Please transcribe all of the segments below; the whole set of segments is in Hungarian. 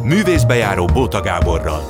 Művészbejáró Bóta Gáborral.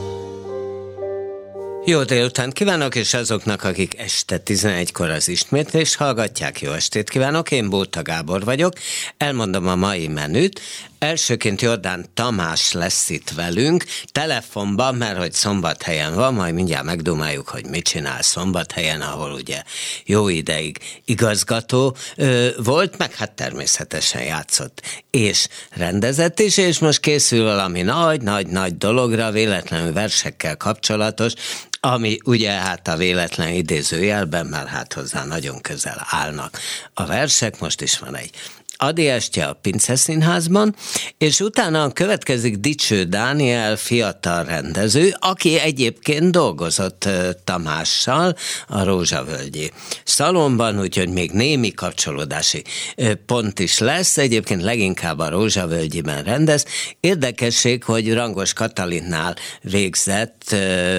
Jó délután kívánok, és azoknak, akik este 11-kor az ismétlést hallgatják, jó estét kívánok, én Bóta Gábor vagyok, elmondom a mai menüt. Elsőként Jordán Tamás lesz itt velünk, telefonban, mert hogy Szombathelyen van, majd mindjárt megdumáljuk, hogy mit csinál Szombathelyen, ahol ugye jó ideig igazgató volt, meg hát természetesen játszott és rendezett is, és most készül valami nagy dologra, véletlenül versekkel kapcsolatos, ami ugye hát a véletlen idézőjelben, mert hát hozzá nagyon közel állnak a versek. Most is van egy adiestje a Pince Színházban, és utána következik Dicső Dániel, fiatal rendező, aki egyébként dolgozott Tamással a Rózsavölgyi Szalonban, úgyhogy még némi kapcsolódási pont is lesz, egyébként leginkább a Rózsavölgyiben rendez. Érdekesség, hogy Rangos Katalinnál végzett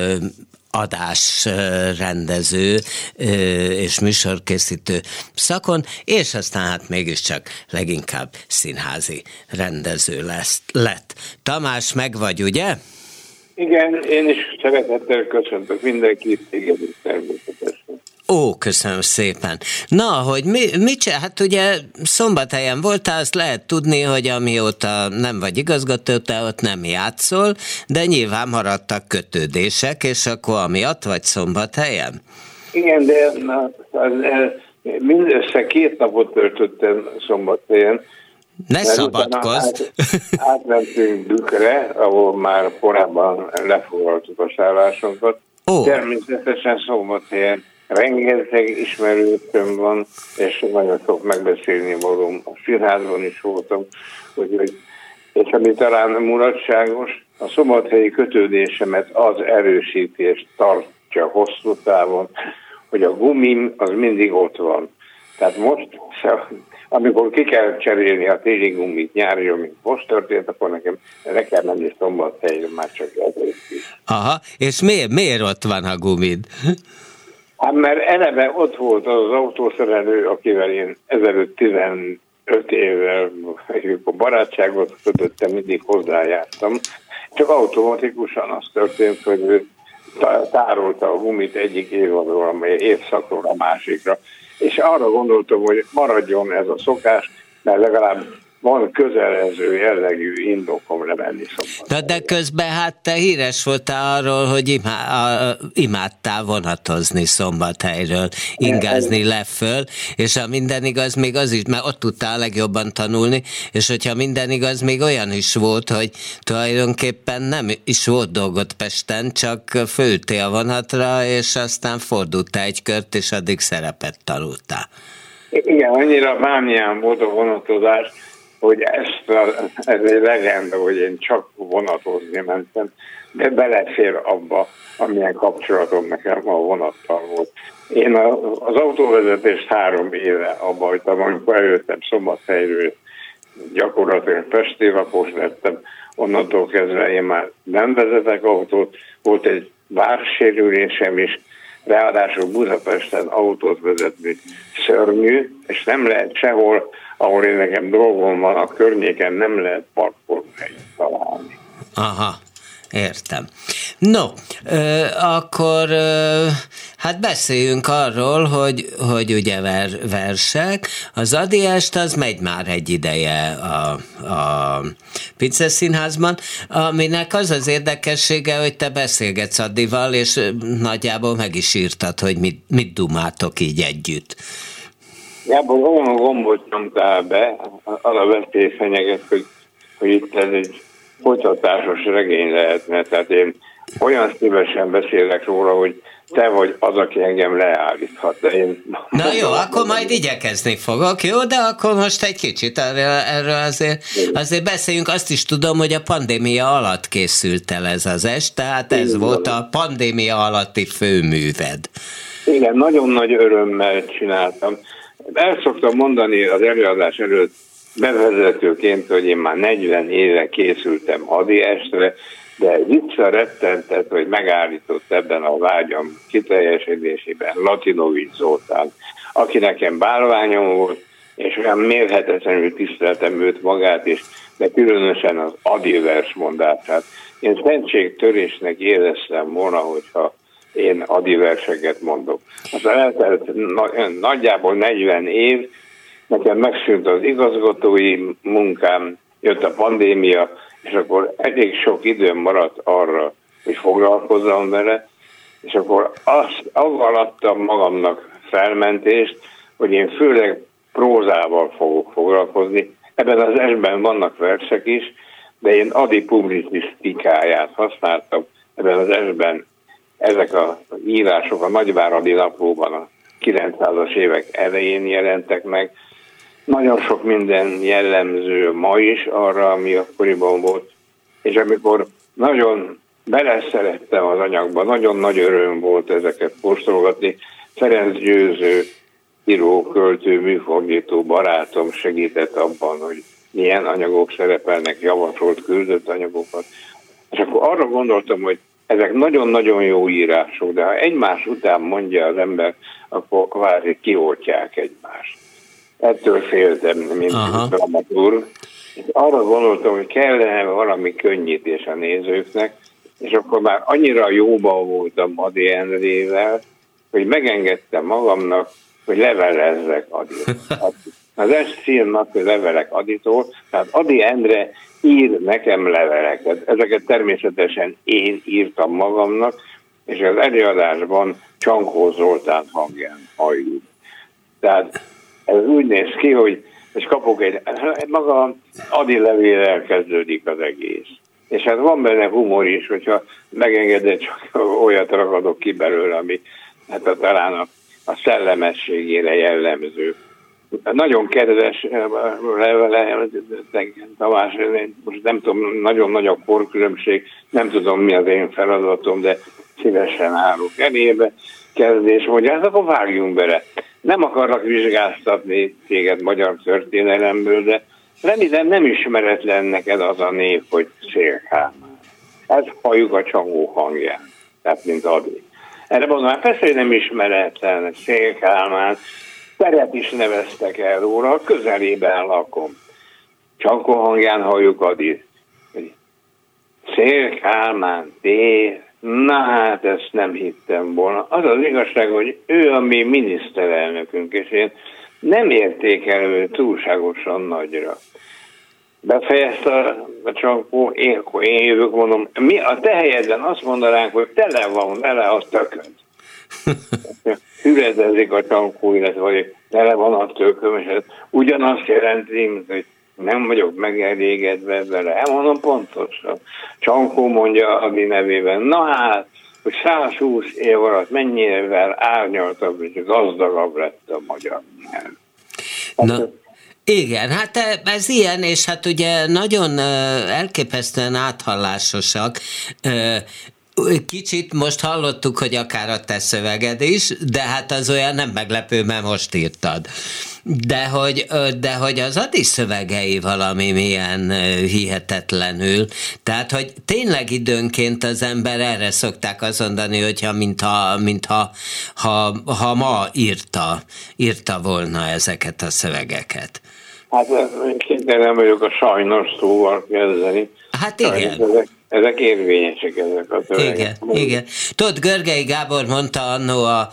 adásrendező és műsorkészítő szakon, és aztán hát mégiscsak leginkább színházi rendező lett. Tamás, meg vagy, ugye? Igen, én is szeretettel köszöntök mindenkit, téged is természetesen. Ó, köszönöm szépen. Na, hogy hát ugye Szombathelyen voltál, azt lehet tudni, hogy amióta nem vagy igazgató, te ott nem játszol, de nyilván maradtak kötődések, és akkor amiatt vagy Szombathelyen? Igen, de mindössze 2 napot töltöttem Szombathelyen. Ne szabadkozz! Átmentünk Bükkre, ahol már korábban lefoglaltuk a szállásunkat. Természetesen Szombathelyen rengeteg ismerősöm van, és nagyon sok megbeszélni valóm. A színházban is voltam, és ami talán mulatságos, a szombathelyi kötődésemet az erősíti és tartja hosszú távon, hogy a gumim az mindig ott van. Tehát most, amikor ki kell cserélni a téli gumit nyárra, mint most történt, akkor nekem le kell menni Szombathelyre, már csak ezért is. Aha, és miért ott van a gumid? Hát mert eleve ott volt az autószerelő, akivel én ezelőtt 15 évvel a barátságot kötöttem, mindig hozzájártam. Csak automatikusan az történt, hogy ő tárolta a gumit egyik évadról, amely évszakról a másikra. És arra gondoltam, hogy maradjon ez a szokás, mert legalább van közelező jellegű indokom lemenni Szombathelyre. De közben hát te híres voltál arról, hogy imádtál vonatozni Szombathelyről, ingázni leföl, és ha minden igaz, még az is, mert ott tudtál legjobban tanulni, és hogyha minden igaz, még olyan is volt, hogy tulajdonképpen nem is volt dolgot Pesten, csak fölültél a vonatra, és aztán fordultál egy kört, és addig szerepet tanultál. Igen, annyira mániám volt a vonatozás, hogy ez egy legenda, hogy én csak vonatozni mentem, de belefér abba, amilyen kapcsolatom nekem a vonattal volt. Én az autóvezetést 3 éve abba hagytam, amikor eljöttem Szombathelyről, gyakorlatilag pestilapos lettem, onnantól kezdve én már nem vezetek autót, volt egy vársérülésem is, ráadásul Budapesten autót vezetni szörnyű, és nem lehet sehol, ahol én nekem dolgom van, a környéken nem lehet parkolóhelyet találni. Aha, értem. No, akkor hát beszéljünk arról, hogy ugye versek. Az Adiest az megy már egy ideje a Pince Színházban, aminek az az érdekessége, hogy te beszélgetsz Adival, és nagyjából meg is írtad, hogy mit dumáltok így együtt. Jából olyan gombot nyomtál be, az a veszély fenyeget, hogy itt ez egy folytatásos regény lehetne. Tehát én olyan szívesen beszélek róla, hogy te vagy az, aki engem leállíthat. Na jó, akkor majd igyekezni fogok, jó? De akkor most egy kicsit erről azért beszéljünk. Azt is tudom, hogy a pandémia alatt készült el ez az est, tehát ez volt a pandémia alatti főműved. Igen, nagyon nagy örömmel csináltam. El szoktam mondani az előadás előtt bevezetőként, hogy én már 40 éve készültem Adiestre, de visszarettentett, hogy megállított ebben a vágyam kiteljesedésében Latinovics Zoltán, aki nekem bálványom volt, és olyan mérhetetlenül tiszteltem őt magát, és de különösen az Adi versmondását. Én szentségtörésnek éreztem volna, hogyha én Adi verseket mondok. Aztán eltelt nagyjából 40 év, nekem megszűnt az igazgatói munkám, jött a pandémia, és akkor elég sok időm maradt arra, hogy foglalkozzam vele, és akkor avval adtam magamnak felmentést, hogy én főleg prózával fogok foglalkozni. Ebben az esben vannak versek is, de én Adi publicisztikáját használtam. Ebben az esben ezek az írások a Nagyváradi Naplóban a 900-as évek elején jelentek meg. Nagyon sok minden jellemző ma is arra, ami akkoriban volt. És amikor nagyon beleszerettem az anyagba, nagyon nagy öröm volt ezeket kóstolgatni. Ferenc Győző, író, költő, műfordító barátom segített abban, hogy milyen anyagok szerepelnek, javasolt, küldött anyagokat. És akkor arra gondoltam, hogy ezek nagyon-nagyon jó írások, de ha egymás után mondja az ember, akkor kvázi kioltják egymást. Ettől féltem, mint dramaturg. És arra gondoltam, hogy kellene valami könnyítés a nézőknek, és akkor már annyira jóban voltam Ady Endrével, hogy megengedtem magamnak, hogy levelezzek Adit. Az címnak, hogy levelek Aditól, tehát Ady Endre ír nekem leveleket. Ezeket természetesen én írtam magamnak, és az előadásban Csankó Zoltán hangján halljuk. Tehát ez úgy néz ki, hogy és kapok maga Ady levéllel kezdődik az egész. És hát van benne humor is, hogyha megengedett, csak olyat ragadok ki belőle, ami hát talán a szellemességére jellemző. Nagyon kedves levele, Tamás, most nem tudom, nagyon nagy a korkülönbség, nem tudom mi az én feladatom, de szívesen állok elébe. Kezdés mondja, hát akkor vágjunk bele. Nem akarlak vizsgáztatni téged magyar történelemből, de remélem nem ismeretlen neked az a név, hogy Széll Kálmán. Ezt halljuk a Csangó hangján, tehát mint Ady. Erre mondom, hát persze, hogy nem ismeretlen Széll Kálmán, teret is neveztek el róla, közelében lakom. Csangó hangján halljuk Adyt. Széll Kálmán tér, na hát ezt nem hittem volna. Az az igazság, hogy ő a mi miniszterelnökünk, és én nem értékelő túlságosan nagyra. Befejezte a Csankó, én jövök, mondom, mi a te helyeden azt mondanánk, hogy tele van vele a tököd. Hüledezik a Csankó, illetve hogy tele van a tököm, és ez ugyanazt jelenti, hogy nem vagyok megelégedve vele. Elmondom pontosan. Csankó mondja Ady nevében, na hát, hogy 120 év alatt mennyivel árnyaltabb és gazdagabb lett a magyar nyelv. Na, igen, hát ez ilyen, és hát ugye nagyon elképesztően áthallásosak. Kicsit most hallottuk, hogy akár a te szöveged is, de hát az olyan nem meglepő, mert most írtad. De hogy az Ady szövegei valami milyen hihetetlenül, tehát hogy tényleg időnként az ember erre szokták azt mondani, hogyha mintha ma írta volna ezeket a szövegeket. Hát kénytelen vagyok a sajnos szóval kezdeni. Hát igen. Ezek érvényesek, ezek a szövegek. Igen. Tudod, Görgei Gábor mondta annó a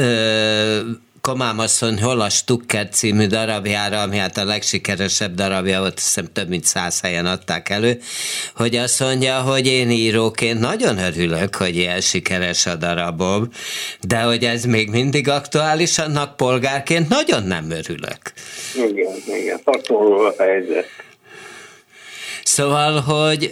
Komám asszony Hol a Stukker című darabjára, ami hát a legsikeresebb darabja volt, azt hiszem több mint 100 helyen adták elő, hogy azt mondja, hogy én íróként nagyon örülök, hogy ilyen sikeres a darabom, de hogy ez még mindig aktuális, annak polgárként nagyon nem örülök. Igen, hasonló a helyzet. Szóval,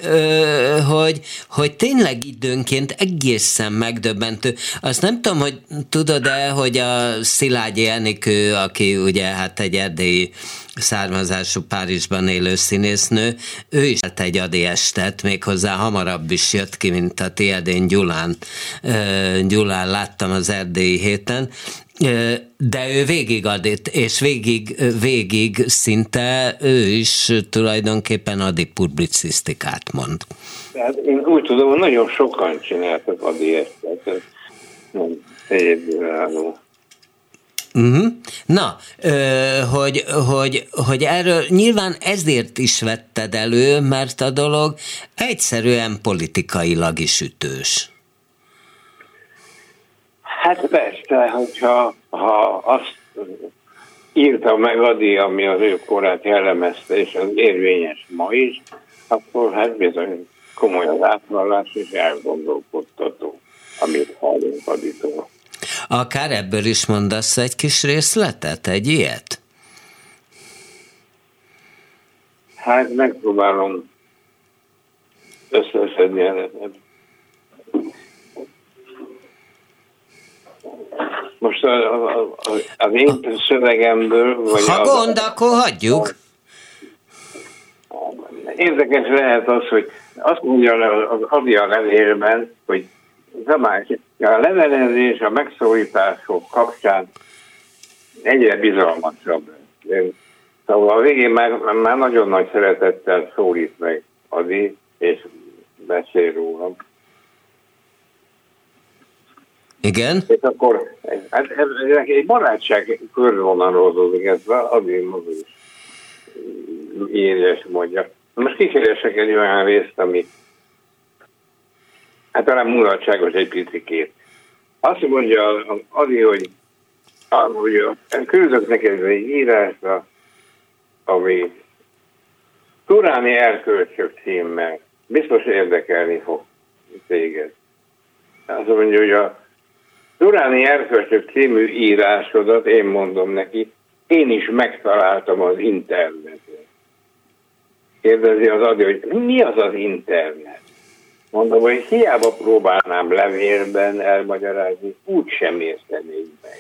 hogy tényleg időnként egészen megdöbbentő. Azt nem tudom, hogy tudod-e, hogy a Szilágyi Enikő, aki ugye hát egy erdélyi származású Párizsban élő színésznő, ő is hát egy Ady estet, méghozzá hamarabb is jött ki, mint a tiéd. Én Gyulán láttam az erdélyi héten, de ő végig Adyt, és végig szinte ő is tulajdonképpen Ady publicisztikát mond. Tehát én úgy tudom, hogy nagyon sokan csináltak Ady estet, nem egyedülálló. Na, hogy erről nyilván ezért is vetted elő, mert a dolog egyszerűen politikailag is ütős. Hát persze, hogyha azt írta meg Ady, ami az ő korát jellemezte, és az érvényes ma is, akkor hát bizony komoly az átvallás és elgondolkodtató, amit hallunk Adytól. Akár ebből is mondasz egy kis részletet, egy ilyet? Hát megpróbálom összeszedni előtt. Most az én szövegemből... Vagy ha gond, akkor hagyjuk. Érdekes lehet az, hogy azt mondja az Ady a levélben, hogy a levelezés, a megszólítások kapcsán egyre bizalmasabb. Szóval a végén már nagyon nagy szeretettel szólít meg Ady, és beszél rólam. Igen? És akkor hát egy barátság körvonalazódik, ez Ady maga is írja és mondja. Most kikeresek egy olyan részt, ami hát talán mulatságos egy picikét. Azt mondja Ady, hogy küldök neked egy írásra, ami Turáni erkölcsök címmel. Biztos érdekelni fog téged. Azt mondja, hogy a Turáni erkölcsök című írásodat, én mondom neki, én is megtaláltam az interneten. Kérdezi az Ady, hogy mi az az internet? Mondom, hogy hiába próbálnám levélben elmagyarázni, úgy sem értenék meg.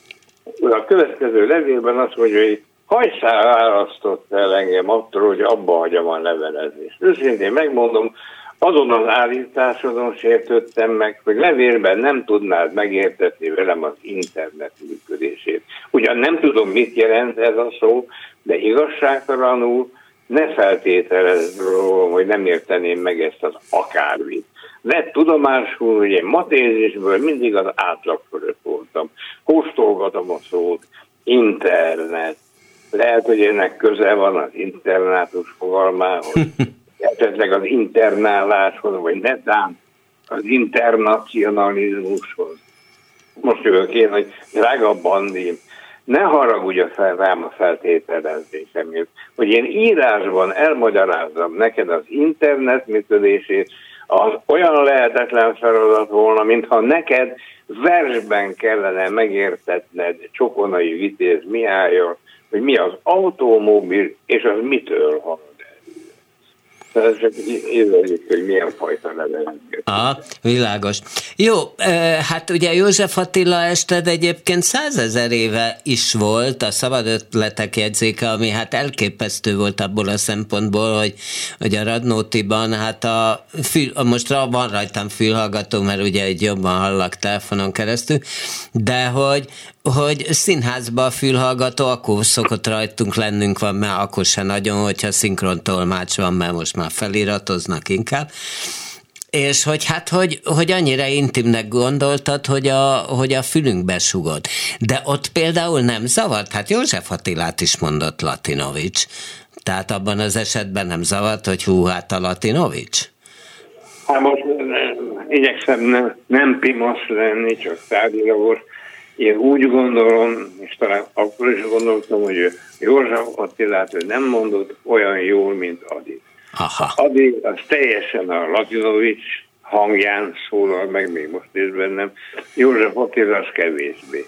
A következő levélben azt mondja, hogy hajszál választott el engem attól, hogy abba hagyjam a levelezést. Őszintén megmondom, azon az állításodon sértődtem meg, hogy levélben nem tudnád megértetni velem az internet működését. Ugyan nem tudom, mit jelent ez a szó, de igazságtalanul ne feltételezd róla, hogy nem érteném meg ezt az akármit. Vedd tudomásul, hogy én matézisből mindig az átlag fölött voltam. Kóstolgatom a szót, internet. Lehet, hogy ennek köze van az internátus fogalmához, esetleg az internáláshoz, vagy netán az internacionalizmushoz. Most jövök én, hogy drága Bandi, ne haragudj rám a feltételezésemért, hogy én írásban elmagyarázzam neked az internet működését, az olyan lehetetlen feladat volna, mintha neked versben kellene megértetned Csokonai Vitéz Mihályal, hogy mi az automobil, és az mitől halad el. Tehát csak érezzük, hogy milyen fajta leveleket. Világos. Jó, hát ugye József Attila ested egyébként 100 000 éve is volt, a Szabad Ötletek jegyzéke, ami hát elképesztő volt abból a szempontból, hogy a Radnótiban, hát most van rajtam fülhallgató, mert ugye egy jobban hallak telefonon keresztül, de hogy színházban a fülhallgató, akkor szokott rajtunk lennünk van, mert akkor se nagyon, hogyha szinkrontolmács van, mert most már feliratoznak inkább. És hogy annyira intimnek gondoltad, hogy a fülünkbe sugod. De ott például nem zavart? Hát József Attilát is mondott Latinovics. Tehát abban az esetben nem zavart, hogy hú, hát a Latinovics? Hát most igyekszem nem pimasz lenni, csak tárgyilagos. Én úgy gondolom, és talán akkor is gondoltam, hogy József Attilát ő nem mondott olyan jól, mint Ady. Aha. Ady az teljesen a Latinovics hangján szólal meg, még most is bennem. József Attila az kevésbé.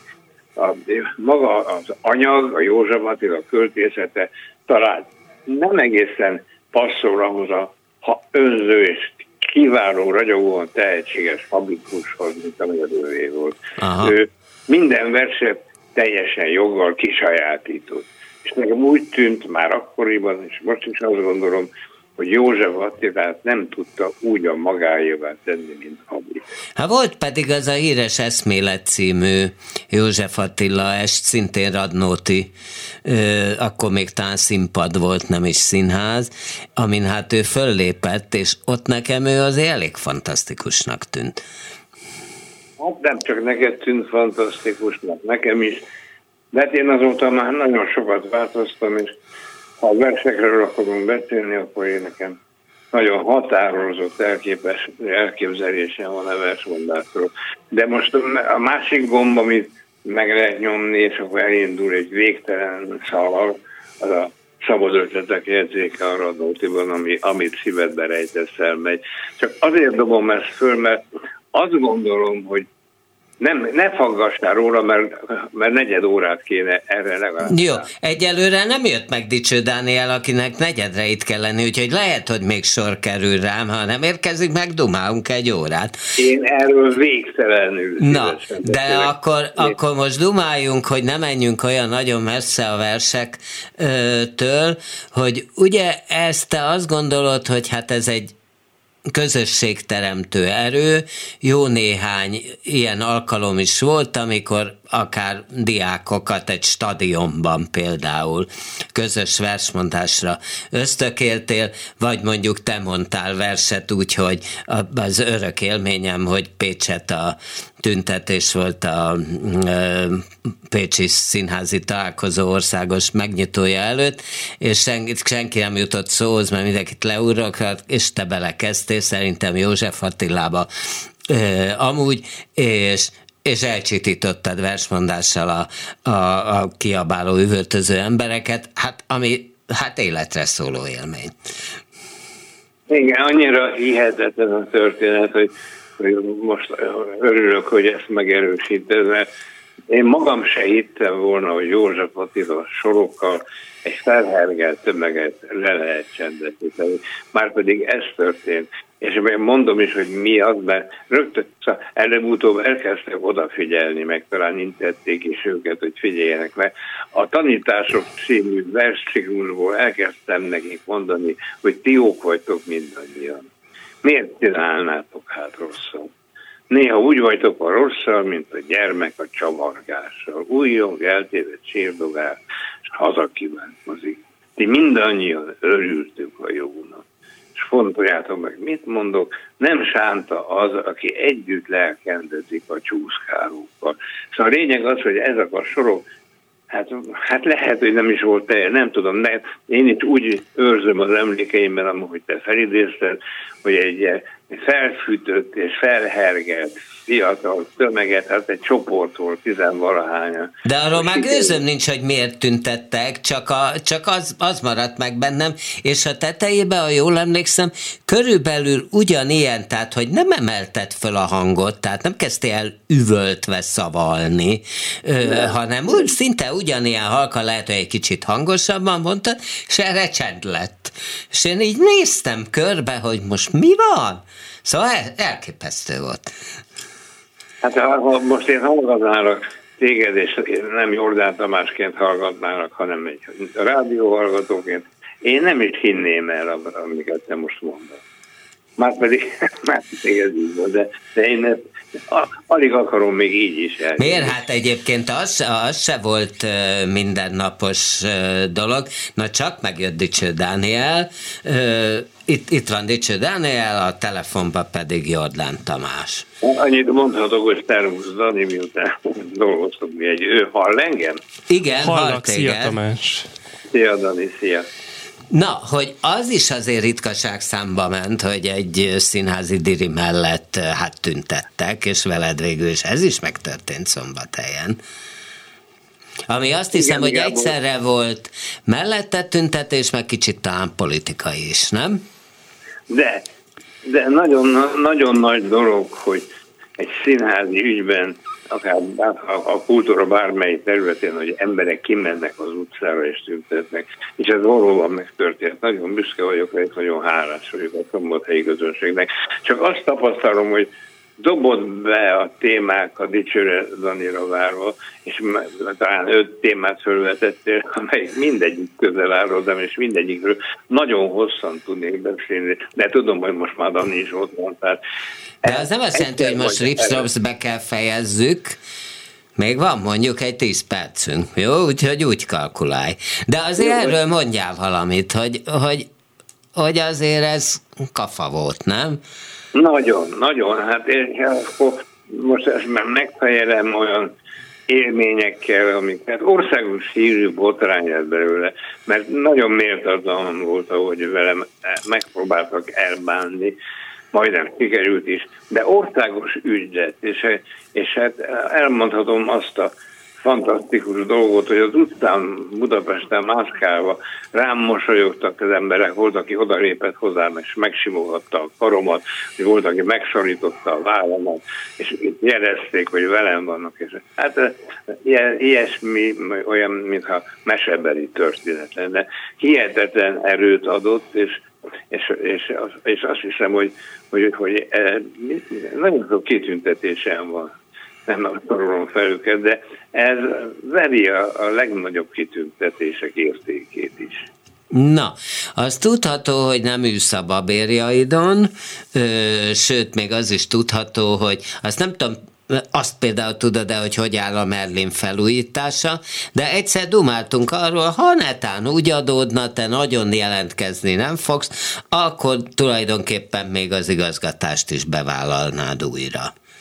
Maga az anyag, a József Attila költészete talán nem egészen passzol ahhoz a önző és kiváló, ragyogóan tehetséges fabrikushoz, mint amely az övé volt. Aha. Ő minden verset teljesen joggal kisajátított. És nekem úgy tűnt már akkoriban, és most is azt gondolom, hogy József Attilát nem tudta úgy a magáévá tenni, mint Ady. Hát volt pedig az a híres Eszmélet című József Attila est, szintén Radnóti, akkor még talán színpad volt, nem is színház, amin hát ő föllépett, és ott nekem ő azért elég fantasztikusnak tűnt. Hát nem csak neked tűnt fantasztikusnak, nekem is. De hát én azóta már nagyon sokat változtam, és ha a versekről akarunk beszélni, akkor én nekem nagyon határozott elképzelésem van a versmondásról. De most a másik gomb, amit meg lehet nyomni, és akkor elindul egy végtelen szalag, az a szabad ötletek jegyzéke a Radnótiban, amit szívedbe rejtesz elmegy. Csak azért dobom ezt föl, mert azt gondolom, hogy ne faggassál róla, mert 4 órát kéne erre legalább. Jó, egyelőre nem jött meg Dicső Dániel, akinek 4-re itt kell lenni, úgyhogy lehet, hogy még sor kerül rám, ha nem érkezik meg, dumálunk 1 órát. Én erről végtelenül. Na, de akkor most dumáljunk, hogy ne menjünk olyan nagyon messze a versektől, hogy ugye ezt te azt gondolod, hogy hát ez egy közösségteremtő erő, jó néhány ilyen alkalom is volt, amikor akár diákokat egy stadionban például közös versmondásra ösztökéltél, vagy mondjuk te mondtál verset úgy, hogy az örök élményem, hogy Pécset a tüntetés volt a Pécsi Színházi Találkozó országos megnyitója előtt, és senki nem jutott szóhoz, mert mindenkit leurrokat, és te belekezdtél, szerintem József Attilába amúgy, és elcsitítottad versmondással a kiabáló, üvöltöző embereket, ami életre szóló élmény. Igen, annyira hihetetlen a történet, hogy most örülök, hogy ezt megerősíted, mert én magam se hittem volna, hogy József Attila sorokkal egy felhergelt tömeget le lehet csendesíteni. Márpedig ez történt. És mondom is, hogy mi az, mert rögtön előbb-utóbb elkezdtek odafigyelni, meg talán intették is őket, hogy figyeljenek, mert a Tanítások című versciklusból elkezdtem nekik mondani, hogy ti jók vagytok mindannyian. Miért csinálnátok hát rosszat? Néha úgy vagytok a rosszal, mint a gyermek a csavargással. Újjong, eltévedt sírdogál, és hazakívánkozik. Ti mindannyian örültünk a jónak. És fontoljátok meg, mit mondok, nem sánta az, aki együtt lelkendezik a csúszkálókkal. Szóval a lényeg az, hogy ezek a sorok, hát lehet, hogy nem is volt teljes, nem tudom, de én itt úgy őrzöm az emlékeimben, ahogy te felidézted, hogy egy felfűtött és felhergelt fiatal tömeget, hát egy csoport volt, 10-valahányan. De arról már gőzöm nincs, hogy miért tüntettek, csak az maradt meg bennem, és a tetejében, ha jól emlékszem, körülbelül ugyanilyen, tehát hogy nem emelted föl a hangot, tehát nem kezdtél el üvöltve szavalni, hanem szinte ugyanilyen halka, lehet, hogy egy kicsit hangosabban mondtad, és erre csend lett. És én így néztem körbe, hogy most mi van? Szóval elképesztő volt. Hát ha most én hallgatnálak téged, és nem Jordán Tamásként hallgatnálak, hanem egy rádióhallgatóként, én nem is hinném el, amiket te most mondasz. Márpedig téged így volt, de én alig akarom még így is el. Miért? Hát egyébként az se volt mindennapos dolog. Na csak megjött Dicső Dániel, itt van Dicső Dániel, a telefonban pedig Jordán Tamás. Annyit mondhatok, hogy szervusz Dani, miután dolgoztok mi ő hall engem? Igen, hallak, szia Tamás. Szia Dani, szia. Na, hogy az is azért ritkaság számba ment, hogy egy színházi diri mellett tüntettek, és veled végül is ez is megtörtént Szombathelyen. Ami azt hiszem, hogy egyszerre volt mellette tüntetés, meg kicsit talán politikai is, nem? De nagyon, nagyon nagy dolog, hogy egy színházi ügyben, akár a kultúra bármely területén, hogy emberek kimennek az utcára és tüntetnek, és ez valóban megtörtént. Nagyon büszke vagyok, és nagyon hálás vagyok a szombathelyi közönségnek. Csak azt tapasztalom, hogy dobott be a témák a Dicsőre Danira várva, és talán 5 témát fölvetettél, amelyik mindegyik közel áll hozzám, és mindegyikről nagyon hosszan tudnék beszélni, de tudom, hogy most már Dani is ott van. De az nem azt jelenti, hogy most ripszropsz be kell fejezzük, még van mondjuk egy 10 percünk, jó? Úgyhogy úgy kalkulálj. De azért erről mondjál valamit, hogy azért ez kafa volt, nem? Nagyon, nagyon. Hát én akkor most ezt már megfejelem, olyan élményekkel, amiket országos hírű botrány lett belőle, mert nagyon méltatlan volt, ahogy velem megpróbáltak elbánni, majdnem sikerült is, de országos ügy lett, és hát elmondhatom azt a fantasztikus dolgot, hogy az utcán Budapesten mászkálva rám mosolyogtak az emberek, volt, aki odalépett hozzám, és megsimogatta a karomat, volt, aki megszorította a vállamat, és jelezték, hogy velem vannak. És hát ilyesmi olyan, mintha mesebeli történet lenne. Hihetetlen erőt adott, és azt hiszem, hogy nagyon sok kitüntetésem van. Nem sorolom fel őket, de ez veri a legnagyobb kitüntetések értékét is. Na, az tudható, hogy nem ülsz a babérjaidon, sőt, még az is tudható, hogy azt nem tudom, azt például tudod-e, hogy áll a Merlin felújítása, de egyszer dumáltunk arról, ha netán úgy adódna, te nagyon jelentkezni nem fogsz, akkor tulajdonképpen még az igazgatást is bevállalnád újra.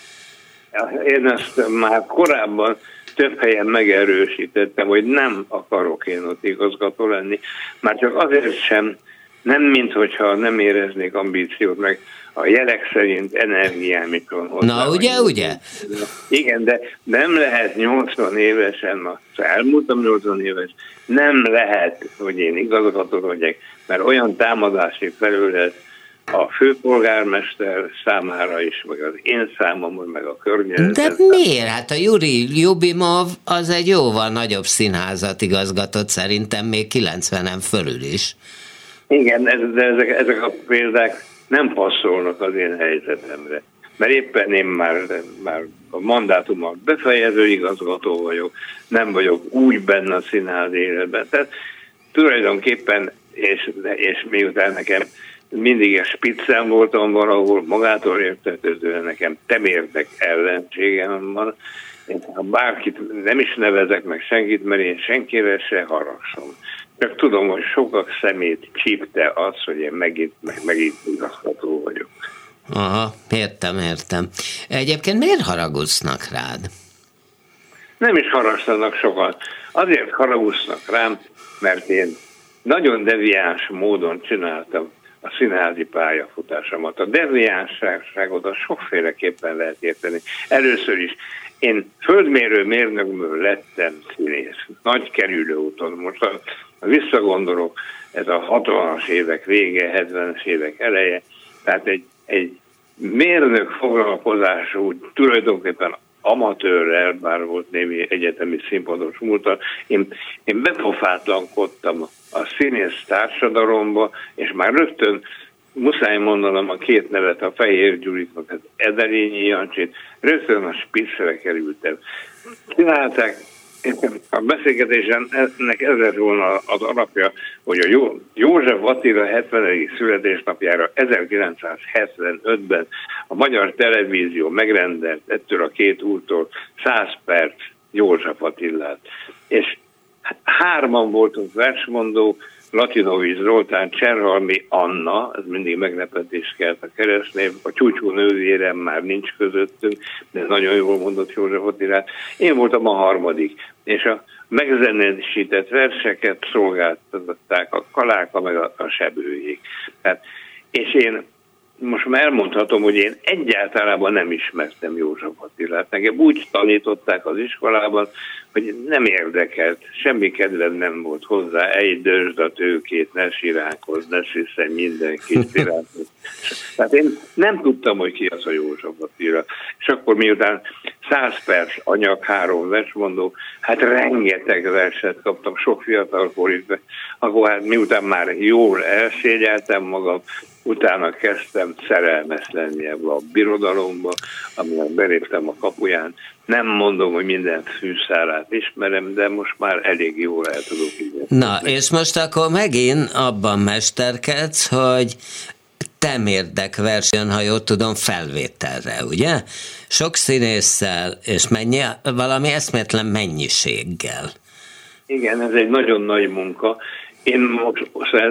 Én ezt már korábban több helyen megerősítettem, hogy nem akarok én ott igazgató lenni, már csak azért sem, nem minthogyha nem éreznék ambíciót, meg a jelek szerint energiám itt van hozzá. Na, ugye? Igen, de nem lehet 80 évesen, elmúltam 80 éves, nem lehet, hogy én igazgató vagyok, mert olyan támadási felület a főpolgármester számára is, meg az én számomra, meg a környezetem. De miért? Hát a Juri Ljubimov az egy jóval nagyobb színházat igazgatott, szerintem még 90-en fölül is. Igen, de ezek a példák nem passzolnak az én helyzetemre. Mert éppen én már a mandátumot befejező igazgató vagyok, nem vagyok úgy benne a színház életben. Tehát tulajdonképpen, és miután nekem mindig a spiccen voltam valahol, magától értetődően nekem temérdek ellenségem van. Én, ha bárkit nem is nevezek meg senkit, mert én senkire se haragszom. Csak tudom, hogy sokak szemét csípte az, hogy én megint igazgató vagyok. Aha, értem. Egyébként miért haragudsznak rád? Nem is haragszanak sokan. Azért haragudsznak rám, mert én nagyon deviáns módon csináltam a színházi pályafutásomat. A deviánsságot az sokféleképpen lehet érteni. Először is én földmérő mérnökből lettem színész. Nagy kerülőúton. Most ha visszagondolok, ez a 60-as évek vége, 70-es évek eleje, tehát egy mérnök foglalkozású, tulajdonképpen amatőrrel, bár volt némi egyetemi színpados múltal, én bepofátlankodtam a színész társadalomba, és már rögtön muszáj mondanom a két nevet, a Fehér Gyurit, meg az Ederényi Jancsit, rögtön a Spitzre kerültem. Csinálták, a beszélgetésen ennek ez lett volna az alapja, hogy a József Attila 70. születésnapjára 1975-ben a Magyar Televízió megrendelt ettől a két úrtól 100 perc József Attilát. És hárman voltunk versmondók, Latinovics Zoltán, Cserhalmi Anna, ez mindig meglepetés kelt a keresztnév, a Csúcsú nővérem már nincs közöttünk, de nagyon jól mondott József Attilát. Én voltam a harmadik, és a megzenésített verseket szolgáltatták a Kaláka meg a Sebőjék. Tehát, és én most már elmondhatom, hogy én egyáltalán nem ismertem József Attilát. Nekem úgy tanították az iskolában, hogy nem érdekelt, semmi kedvem nem volt hozzá, dörzsd a tőkét, ne siránkozz, ne sziszen mindenkit siránkozz. Tehát én nem tudtam, hogy ki az a József Attila. És akkor miután 100 perc anyag, 3 versmondó, hát rengeteg verset kaptam, sok fiatalkorig, akkor hát miután már jól elszégyeltem magam, utána kezdtem szerelmes lenni ebbe a birodalomba, amiben beléptem a kapuján. Nem mondom, hogy minden fűszálát ismerem, de most már elég jól el tudok így. Na, és most akkor megint abban mesterkedsz, hogy temérdek verseny, ha jól tudom, felvételre, ugye? Sok színésszel, és valami eszméletlen mennyiséggel. Igen, ez egy nagyon nagy munka. Én most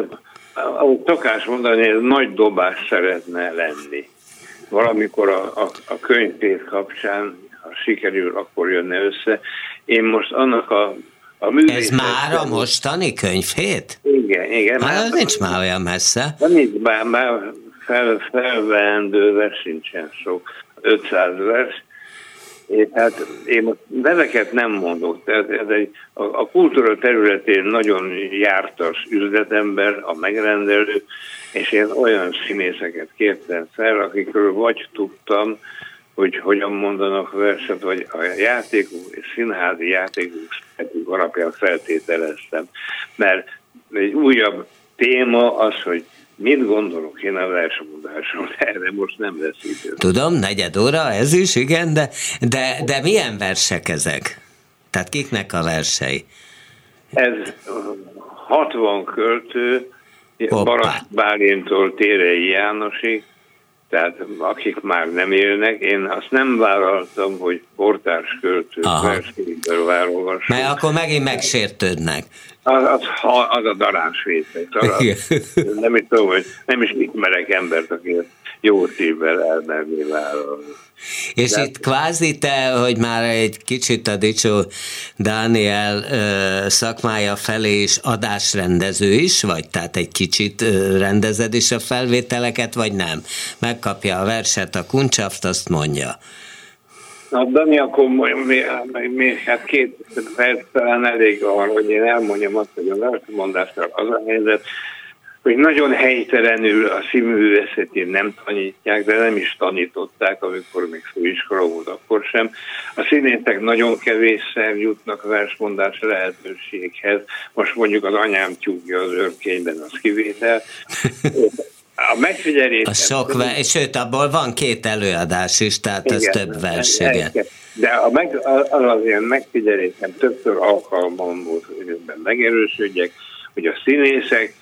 szokás mondani, ez nagy dobás szeretne lenni. Valamikor a könyvtét kapcsán ha sikerül, akkor jönne össze. Én most annak a művészet... Ez már a mostani könyvhét? Igen. Már nincs már olyan messze. De nincs, bár felveendő vers sincsen sok, 500 vers. Hát én neveket nem mondok, tehát a kultúra területén nagyon jártas üzletember, a megrendelő, és én olyan színészeket kértem fel, akikről vagy tudtam, hogy hogyan mondanak verset, vagy a játékuk, színházi játékuk alapján feltételeztem. Mert egy újabb téma az, hogy mit gondolok én a versmondásról, erre most nem lesz idő. Tudom, 4 óra, ez is, igen, de milyen versek ezek? Tehát kiknek a versei? Ez 60 költő, Barasd Bálintól Térei Jánosig, tehát akik már nem élnek, én azt nem vállaltam, hogy portárs költő verseiből válogassuk. Mert akkor megint megsértődnek. Az a darásvétel. Nem is tudom, hogy nem is ismerek embert, aki jó szívvel elmerné vállalni. És de itt kvázi te, hogy már egy kicsit a Dicsó Dániel szakmája felé is adásrendező is vagy? Tehát egy kicsit rendezed is a felvételeket, vagy nem? Megkapja a verset, a kuncsaft, azt mondja. Na, Dani, akkor hát 2 perc talán elég arra, hogy én elmondjam azt, hogy a versmondással az a helyzet, hogy nagyon helytelenül a színművészetén nem tanítják, de nem is tanították, amikor még főiskola volt, akkor sem. A színészek nagyon kevésszer jutnak versmondás lehetőséghez. Most mondjuk az Anyám tyúkja az őrkényben, az kivétel. A megfigyelés... Sőt, abból van 2 előadás is, tehát igen, az több vers, igen. De az ilyen megfigyelésem többször alkalmam volt, hogy ebben megerősödjek, hogy a színészek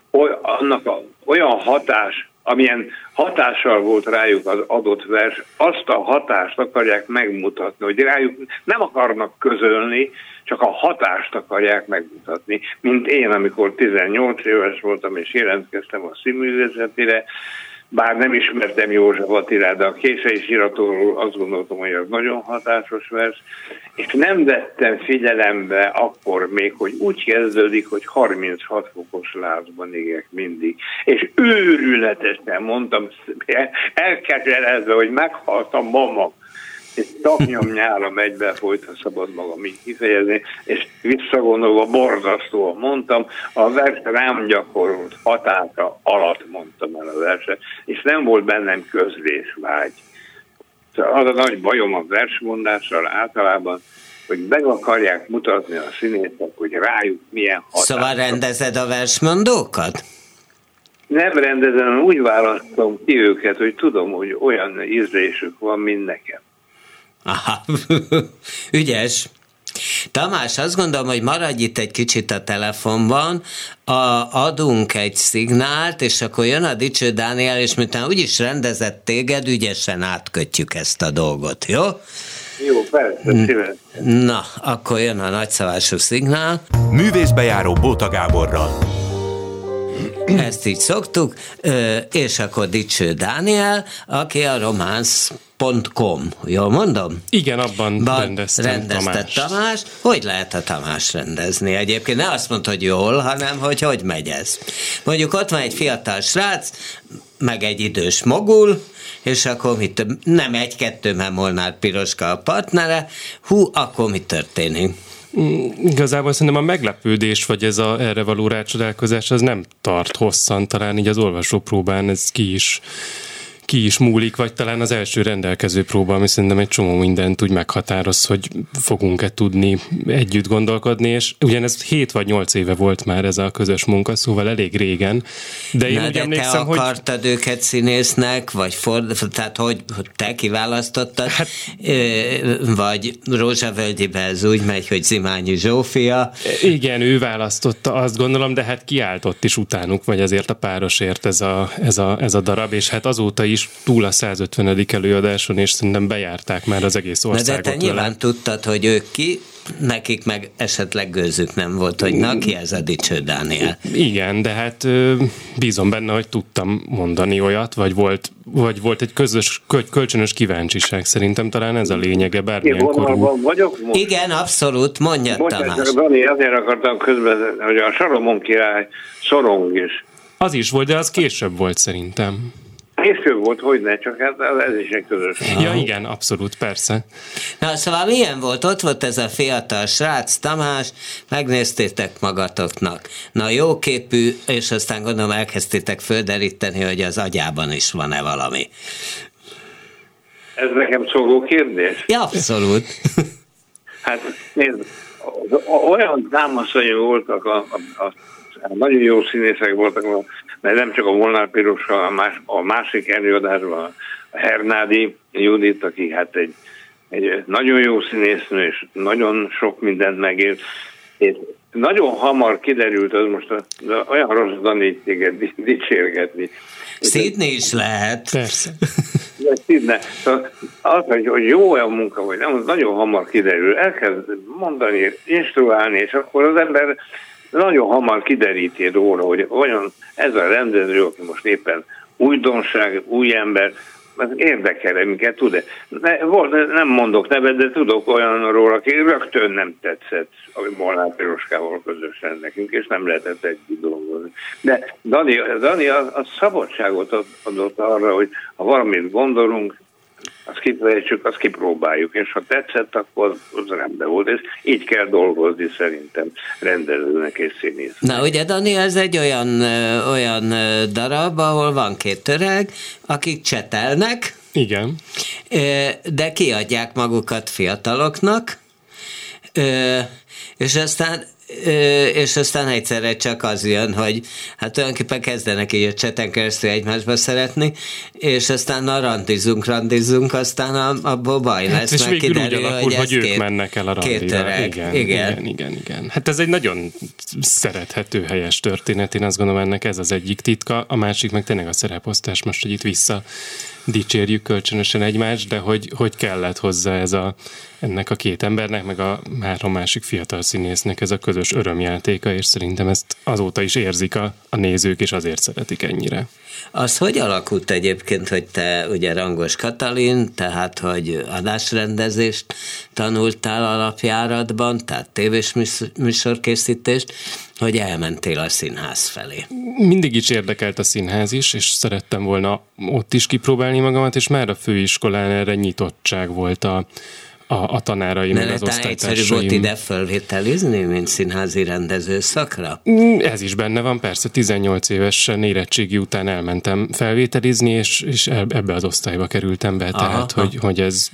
olyan hatás, amilyen hatással volt rájuk az adott vers, azt a hatást akarják megmutatni, hogy rájuk nem akarnak közölni, csak a hatást akarják megmutatni, mint én, amikor 18 éves voltam, és jelentkeztem a színművészetére, bár nem ismertem József Attilát, de a Kései Síratóról azt gondoltam, hogy az nagyon hatásos vers, és nem vettem figyelembe akkor még, hogy úgy kezdődik, hogy 36 fokos lázban égek mindig. És őrületesen mondtam, elkeserezve, hogy meghaltam mama, és tapnyom nyálam egybe folyt, ha szabad magam így kifejezni, és visszagondolva borzasztóan mondtam, a vers rám gyakorolt hatása alatt mondtam el a verset, és nem volt bennem közlésvágy. Szóval az a nagy bajom a versmondással általában, hogy meg akarják mutatni a színészek, hogy rájuk milyen hatása. Szóval rendezed a versmondókat? Nem rendezem, úgy választom ki őket, hogy tudom, hogy olyan ízlésük van, mint nekem. Aha, ügyes. Tamás, azt gondolom, hogy maradj itt egy kicsit a telefonban, adunk egy szignált, és akkor jön a Dicső Dániel, és miután úgyis rendezett téged, ügyesen átkötjük ezt a dolgot, jó? Jó, persze, szíves. Na, akkor jön a nagyszavású szignál. Művészbejáró Bóta Gáborral. Ezt így szoktuk, és akkor Dicső Dániel, aki a románc.com, jól mondom? Igen, abban rendezte Tamás. Hogy lehet a Tamás rendezni egyébként? Ne azt mondd, hogy jól, hanem hogy megy ez. Mondjuk ott van egy fiatal srác, meg egy idős mogul, és akkor nem 1-2, mert Molnár Piroska a partnere, akkor mi történik? Igazából szerintem a meglepődés, vagy ez erre való rácsodálkozás, az nem tart hosszan, talán így az olvasópróbán ez ki is múlik, vagy talán az első rendelkező próba, ami szerintem egy csomó mindent úgy meghatároz, hogy fogunk-e tudni együtt gondolkodni, és ugyanez 7 vagy 8 éve volt már ez a közös munka, szóval elég régen. De én úgy emlékszem, te akartad őket színésznek, vagy tehát hogy te kiválasztottad, vagy Rózsavölgyibe ez úgy megy, hogy Zimányi Zsófia. Igen, ő választotta, azt gondolom, de hát kiáltott is utánuk, vagy azért a párosért ez a darab, és hát azóta is túl a 150. előadáson, és szerintem bejárták már az egész országot. De te nyilván tudtad, hogy ők ki, nekik meg esetleg gőzük nem volt, hogy na, ki ez a Dicső Dániel. Igen, de hát bízom benne, hogy tudtam mondani olyat, vagy volt egy kölcsönös kíváncsiság. Szerintem talán ez a lényege bármilyen korú. Vagyok most? Igen, abszolút, mondja Tamás. Dani, azért akartam közben, hogy a Salomon király szorong is. Az is volt, de az később volt szerintem. Később volt, hogyne, csak hát ez is egy közös. Ja, igen, abszolút, persze. Na, szóval milyen volt? Ott volt ez a fiatal srác, Tamás, megnéztétek magatoknak. Na, jóképű, és aztán gondolom elkezdtétek földeríteni, hogy az agyában is van-e valami. Ez nekem szóló kérdés? Ja, abszolút. Hát nézd, olyan támaszai voltak, nagyon jó színészek voltak, mert nem csak a Molnár Piroska, a másik előadásban a Hernádi Judit, aki hát egy nagyon jó színésznő, és nagyon sok mindent megélt, és nagyon hamar kiderült, az most olyan rossz, Dani, téged dicsérgetni. Szídni is lehet. Persze. Az, hogy jó olyan munka vagy, nem, az nagyon hamar kiderül. Elkezd mondani, instruálni, és akkor az ember nagyon hamar kideríti róla, hogy olyan ez a rendező, aki most éppen újdonság, új ember, az érdekel minket, tud-e? Nem mondok nevet, de tudok olyanról, aki rögtön nem tetszett, ami Molnár Piroskával közösen nekünk, és nem lehetett együtt dolgozni. De Dani a szabadságot adott arra, hogy ha valamit gondolunk, azt kifejtsük, azt kipróbáljuk, és ha tetszett, akkor az rendben volt, és így kell dolgozni szerintem rendezőnek és színésznek. Na ugye, Dani, ez egy olyan darab, ahol van két öreg, akik csetelnek, igen, de kiadják magukat fiataloknak, és aztán egyszerre csak az jön, hogy hát tulajdonképpen kezdenek így a cseten keresztül egymásba szeretni, és aztán randizunk, aztán abból baj lesz, és meg kiderül, hogy ők mennek el a randira. Igen. Hát ez egy nagyon szerethető, helyes történet, én azt gondolom, ennek ez az egyik titka, a másik meg tényleg a szereposztás, most, hogy itt vissza dicsérjük kölcsönösen egymást, de hogy kellett hozzá ennek a két embernek, meg a három másik fiatal színésznek ez a közös örömjátéka, és szerintem ezt azóta is érzik a nézők, és azért szeretik ennyire. Az hogy alakult egyébként, hogy te ugye Rangos Katalin, tehát hogy adásrendezést tanultál alapjáratban, tehát tévés műsorkészítést, hogy elmentél a színház felé? Mindig is érdekelt a színház is, és szerettem volna ott is kipróbálni magamat, és már a főiskolán erre nyitottság volt a tanáraim, meg az osztálytársaim. Egyszerű volt ide fölvételizni, mint színházi rendező szakra? Ez is benne van, persze. 18 évesen érettségi után elmentem felvételizni, és ebbe az osztályba kerültem be, tehát hogy ez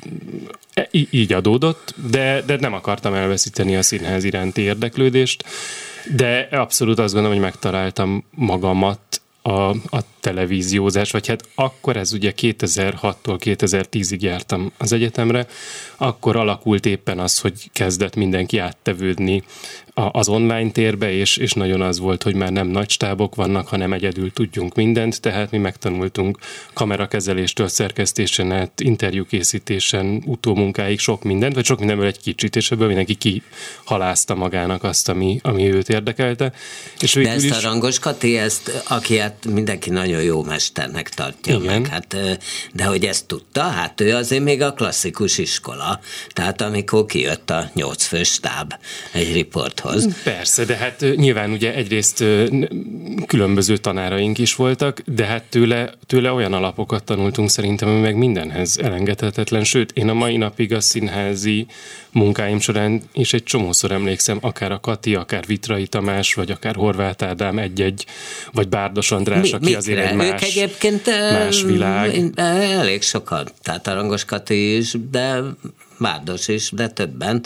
így adódott, de nem akartam elveszíteni a színház iránti érdeklődést, de abszolút azt gondolom, hogy megtaláltam magamat a televíziózás, vagy hát akkor ez ugye 2006-tól 2010-ig jártam az egyetemre, akkor alakult éppen az, hogy kezdett mindenki áttevődni az online térbe, és nagyon az volt, hogy már nem nagy stábok vannak, hanem egyedül tudjunk mindent, tehát mi megtanultunk kamerakezeléstől, szerkesztésen át, interjúkészítésen, utómunkáig sok mindent, vagy sok mindenből egy kicsit, és ebből mindenki kihalázta magának azt, ami őt érdekelte. És de ezt a Rangos Kati, aki hát mindenki nagyon jó mesternek tartja. Igen. Meg, hát, de hogy ezt tudta, hát ő azért még a klasszikus iskola, tehát amikor kijött a 8 fős stáb egy riporthoz. Persze, de hát nyilván ugye egyrészt különböző tanáraink is voltak, de hát tőle olyan alapokat tanultunk szerintem, ami meg mindenhez elengedhetetlen, sőt, én a mai napig a színházi munkáim során is egy csomószor emlékszem, akár a Kati, akár Vitrai Tamás, vagy akár Horváth Ádám egy-egy, vagy Bárdos András, aki azért egy más világ. Elég sokan, tehát a Rangos Kati is, de Bárdos is, de többen.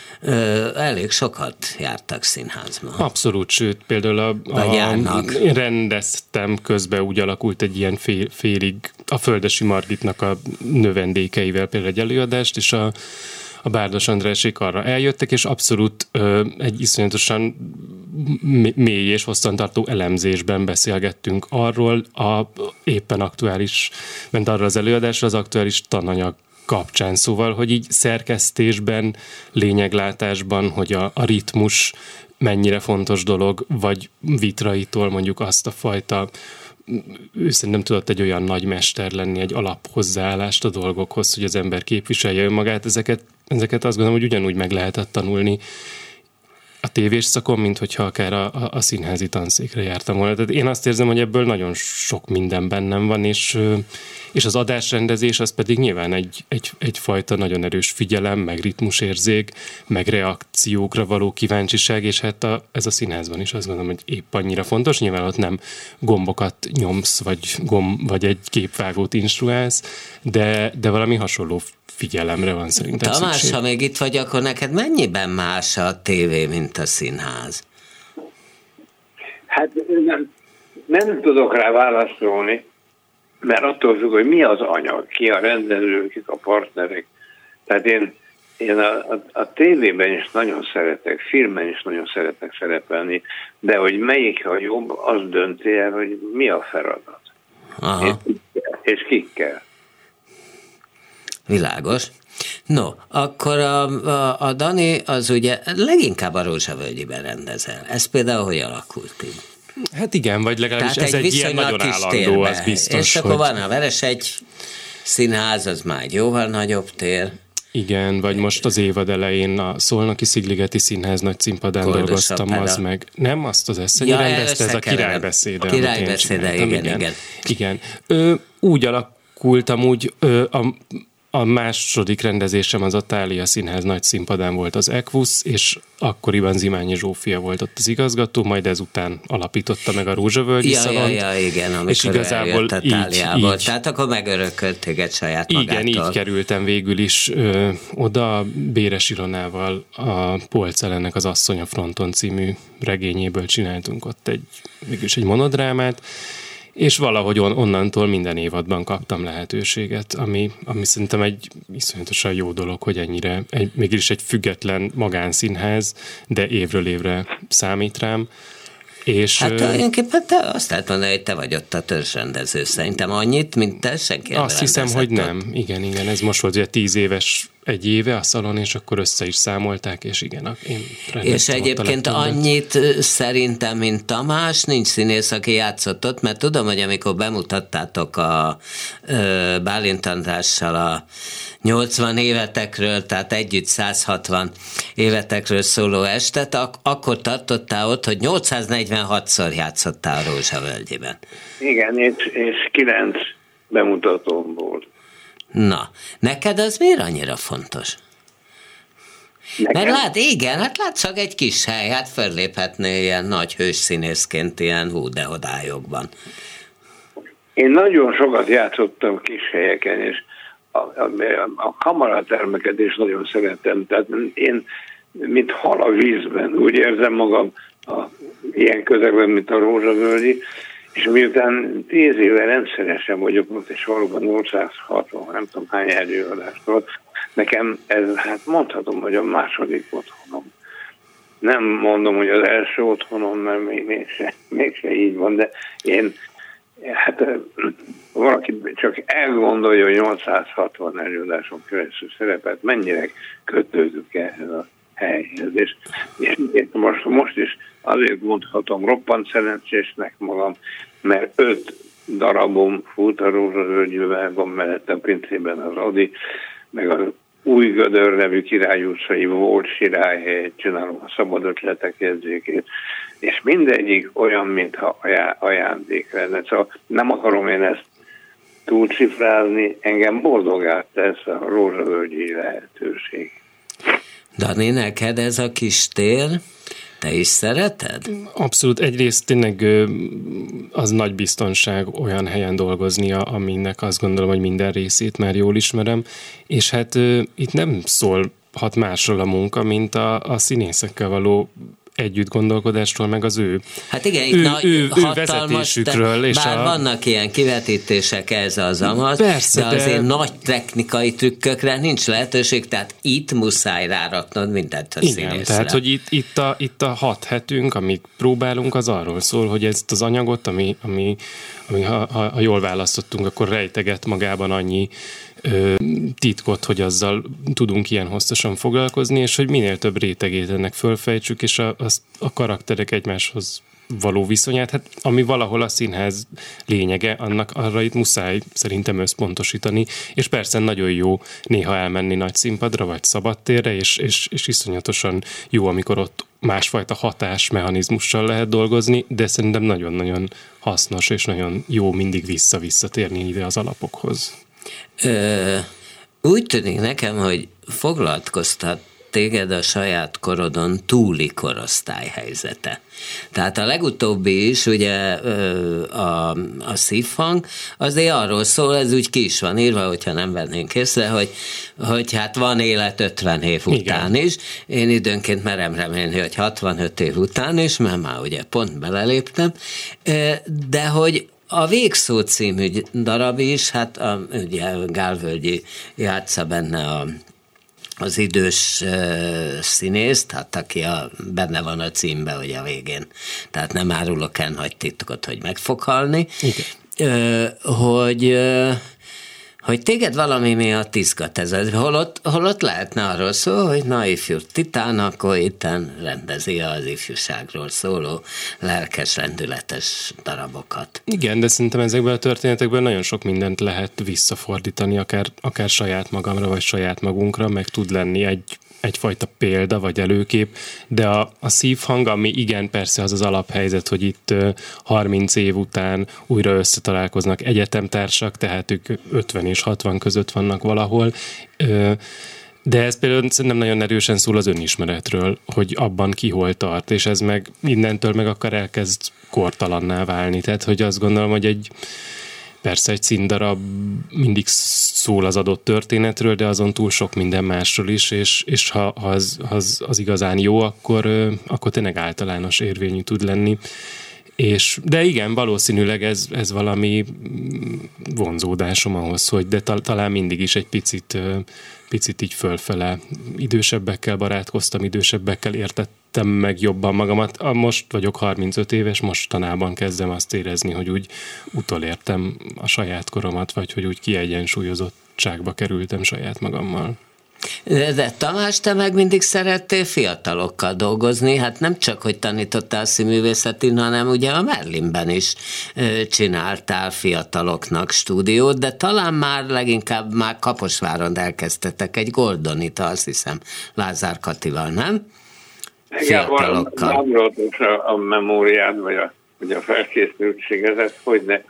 Elég sokat jártak színházban. Abszolút, sőt, például én rendeztem közben, úgy alakult egy ilyen félig a Földesi Margitnak a növendékeivel például egy előadást, és a Bárdos Andrásék arra eljöttek, és abszolút egy iszonyatosan mély és hosszantartó elemzésben beszélgettünk arról, éppen aktuális, ment arra az előadásra, az aktuális tananyag kapcsán. Szóval, hogy így szerkesztésben, lényeglátásban, hogy a ritmus mennyire fontos dolog, vagy Vitraitól mondjuk azt a fajta, ő szerintem tudott egy olyan nagy mester lenni, egy alaphozzáállást a dolgokhoz, hogy az ember képviselje önmagát. Ezeket azt gondolom, hogy ugyanúgy meg lehetett tanulni a tévés szakon, mint hogyha akár a színházi tanszékre jártam volna. Tehát én azt érzem, hogy ebből nagyon sok minden bennem van, és az adásrendezés az pedig nyilván egyfajta nagyon erős figyelem, meg ritmusérzék, meg reakciókra való kíváncsiság, és hát ez a színházban is azt gondolom, hogy épp annyira fontos. Nyilván ott nem gombokat nyomsz, vagy egy képvágót instruálsz, de valami hasonló figyelemre van szerintem Tamás, szükség. ha még itt vagy, akkor neked mennyiben más a tévé, mint a színház? Hát nem tudok rá válaszolni, mert attól függ, hogy mi az anyag, ki a rendező, kik a partnerek. Tehát én a tévében is nagyon szeretek, filmen is nagyon szeretek szerepelni, de hogy melyik a jobb, az dönti el, hogy mi a feladat. És kikkel. Világos. No, akkor a Dani az ugye leginkább a Rózsavölgyiben rendezel. Ez például hogy alakult így? Hát igen, vagy legalábbis Tehát ez egy ilyen nagyon állandó, az biztos. És akkor van a Veresegy színház, az már egy jóval nagyobb tér. Igen, vagy most az évad elején a Szolnoki Szigligeti Színház nagy színpadán dolgoztam, az meg... Nem, azt az Eszenyi rendezte, ez a királybeszéde. A királybeszéde, igen. Úgy alakultam, úgy a második rendezésem az a Thália Színház nagy színpadán volt az Equus, és akkoriban Zimányi Zsófia volt ott az igazgató, majd ezután alapította meg a Rózsavölgyi Szalont. Ja, igen, amikor és igazából a Tháliából. Tehát akkor megörökölt téged saját magától. Igen, így kerültem végül is oda. Béres Ilonával a Polc Ellennek az Asszony a fronton című regényéből csináltunk ott mégis egy monodrámát, és valahogy onnantól minden évadban kaptam lehetőséget, ami szerintem egy iszonyatosan jó dolog, hogy ennyire, mégis egy független magánszínház, de évről évre számít rám. És, hát tulajdonképpen te azt lehet mondani, hogy te vagy ott a törzsrendező. Szerintem annyit, mint te senki. Azt hiszem, hogy nem. Igen, ez most volt ugye 10 éves egy éve a szalon, és akkor össze is számolták, és igen, én és egyébként annyit szerintem, mint Tamás, nincs színész, aki játszott ott, mert tudom, hogy amikor bemutattátok a Bálint Andrással a 80 évetekről, tehát együtt 160 évetekről szóló estet, akkor tartottál ott, hogy 846-szor játszottál a Rózsavölgyiben. Igen, és 9 bemutatóm volt. Na, neked az miért annyira fontos? Nekem? Mert látszak egy kis hely, hát fölléphetnél ilyen nagy hősszínészként ilyen húdehodályokban. Én nagyon sokat játszottam kis helyeken, és a kamaratermeket is nagyon szeretem. Tehát én, mint hal a vízben, úgy érzem magam ilyen közegben, mint a Rózsavölgyi, és miután 10 éve rendszeresen vagyok ott, és valóban 860, nem tudom hány előadást volt, nekem ez, hát mondhatom, hogy a második otthonom. Nem mondom, hogy az első otthonom, mert mégse így van, de én, hát valaki csak elgondolja, hogy 860 előadáson keresztül szerepelt, mennyire kötődük ehhez a helyhez. És most is azért mondhatom roppant szerencsésnek magam, mert 5 darabom fut a Rózsavölgyben, van mellette a pincében az Adi, meg az Új Gödör nevű Király utcai volt Sirályhely, csinálom a Szabad Ötletek jegyzékét, és mindegyik olyan, mintha ajándék lenne. Szóval nem akarom én ezt túlcifrázni, engem boldogát tesz a Rózsavölgyi lehetőség. Dani, neked ez a kis tér, te is szereted? Abszolút. Egyrészt tényleg az nagy biztonság olyan helyen dolgoznia, aminek azt gondolom, hogy minden részét már jól ismerem, és hát itt nem szólhat másról a munka, mint a színészekkel való együtt gondolkodásról, meg az ő hát igen, itt ő vezetésükről. És bár vannak ilyen kivetítések, ez az amaz, persze, de azért nagy technikai trükkökre nincs lehetőség, tehát itt muszáj ráraknod mindent a színészre. Igen, tehát, hogy itt a 6 hetünk, amíg próbálunk, az arról szól, hogy ezt az anyagot, ami ha jól választottunk, akkor rejteget magában annyi titkot, hogy azzal tudunk ilyen hosszasan foglalkozni, és hogy minél több rétegét ennek fölfejtsük, és a karakterek egymáshoz való viszonyát, hát ami valahol a színház lényege, arra itt muszáj szerintem összpontosítani, és persze nagyon jó néha elmenni nagy színpadra, vagy szabadtérre, és iszonyatosan jó, amikor ott másfajta hatásmechanizmussal lehet dolgozni, de szerintem nagyon-nagyon hasznos, és nagyon jó mindig visszatérni ide az alapokhoz. Úgy tűnik nekem, hogy foglalkoztat téged a saját korodon túli korosztály helyzete. Tehát a legutóbbi is, ugye a szívhang, azért arról szól, ez úgy ki is van írva, hogyha nem vennénk észre, hogy hát van élet 50 év után is. Én időnként merem remélni, hogy 65 év után is, mert már ugye pont beleléptem, de hogy a Végszó című darab is, hát ugye Gál Völgyi játsza benne az idős színészt, hát aki benne van a címben, hogy a végén. Tehát nem árulok el nagy titkot, hogy meg fog halni. Hogy téged valami miatt izgat ez. Holott lehetne arról szó, hogy na ifjú titán, akkor itten rendezi az ifjúságról szóló lelkes, rendületes darabokat. Igen, de szerintem ezekből a történetekből nagyon sok mindent lehet visszafordítani, akár saját magamra, vagy saját magunkra, meg tud lenni egyfajta példa, vagy előkép, de a szívhang, ami igen, persze az alaphelyzet, hogy itt 30 év után újra összetalálkoznak egyetemtársak, tehát ők 50 és 60 között vannak valahol, de ez például szerintem nagyon erősen szól az önismeretről, hogy abban ki hol tart, és ez meg innentől meg akar elkezd kortalanná válni, tehát hogy azt gondolom, hogy persze egy színdarab mindig szól az adott történetről, de azon túl sok minden másról is, és ha az igazán jó, akkor tényleg általános érvényű tud lenni. De igen, valószínűleg ez valami vonzódásom ahhoz, hogy de talán mindig is egy picit így fölfele idősebbekkel barátkoztam, idősebbekkel értettem meg jobban magamat. Most vagyok 35 éves, mostanában kezdem azt érezni, hogy úgy utolértem a saját koromat, vagy hogy úgy kiegyensúlyozottságba kerültem saját magammal. De Tamás, te meg mindig szerettél fiatalokkal dolgozni, hát nem csak, hogy tanítottál színművészetin, hanem ugye a Merlinben is csináltál fiataloknak stúdiót, de talán leginkább már Kaposváron elkezdtetek egy Goldonit, azt hiszem, Lázár Katival, nem? Fiatalokkal. Igen, a memóriád, vagy a felkészültségezet, hogy ne.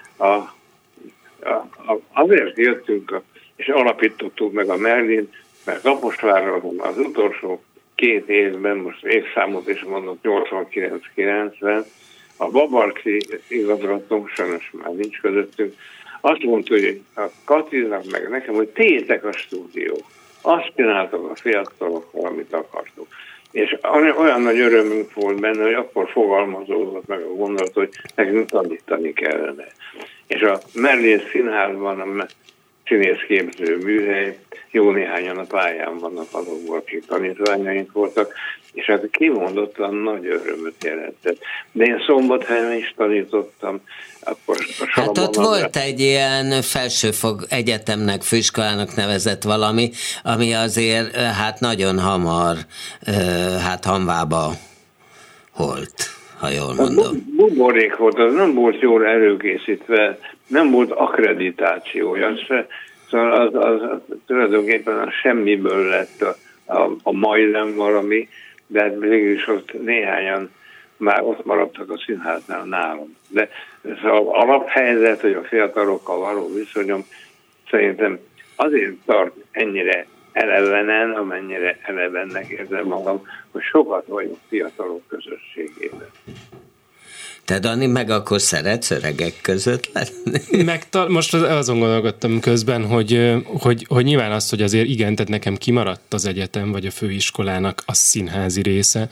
Azért jöttünk, és alapítottuk meg a Merlin, mert Kaposváron az utolsó 2 évben, most évszámot is mondok, 89-90, a Babarci igazgatónk, sajnos már nincs közöttünk, azt mondta, hogy a Katinak meg nekem, hogy tétek a stúdió. Azt csináltak a fiatalokkal, amit akartuk. És olyan nagy örömünk volt benne, hogy akkor fogalmazódott meg a gondolat, hogy nekünk tanítani kellene. És a Merlin Színházban a színészképző műhely, jó néhányan a pályán vannak azokból, akik tanítványaink voltak, és hát kimondottan nagy örömöt jelentett. De én Szombathelyen is tanítottam. Akkor hát ott volt egy ilyen felsőfok egyetemnek, főiskolának nevezett valami, ami azért hát nagyon hamar hamvába holt, ha jól mondom. Buborék volt, az nem volt jól előkészítve, nem volt akkreditációja, szóval az tulajdonképpen a semmiből lett a majdnem valami, de hát mégis ott néhányan már ott maradtak a színháznál nálam. De szóval alaphelyzet, hogy a fiatalokkal való viszonyom szerintem azért tart ennyire elevenen, amennyire elevennek érzem magam, hogy sokat vagyok fiatalok közösségében. Te, Dani, meg akkor szeretsz öregek között lenni? Most azon gondolkodtam közben, hogy nyilván az, hogy azért igen, tehát nekem kimaradt az egyetem, vagy a főiskolának a színházi része,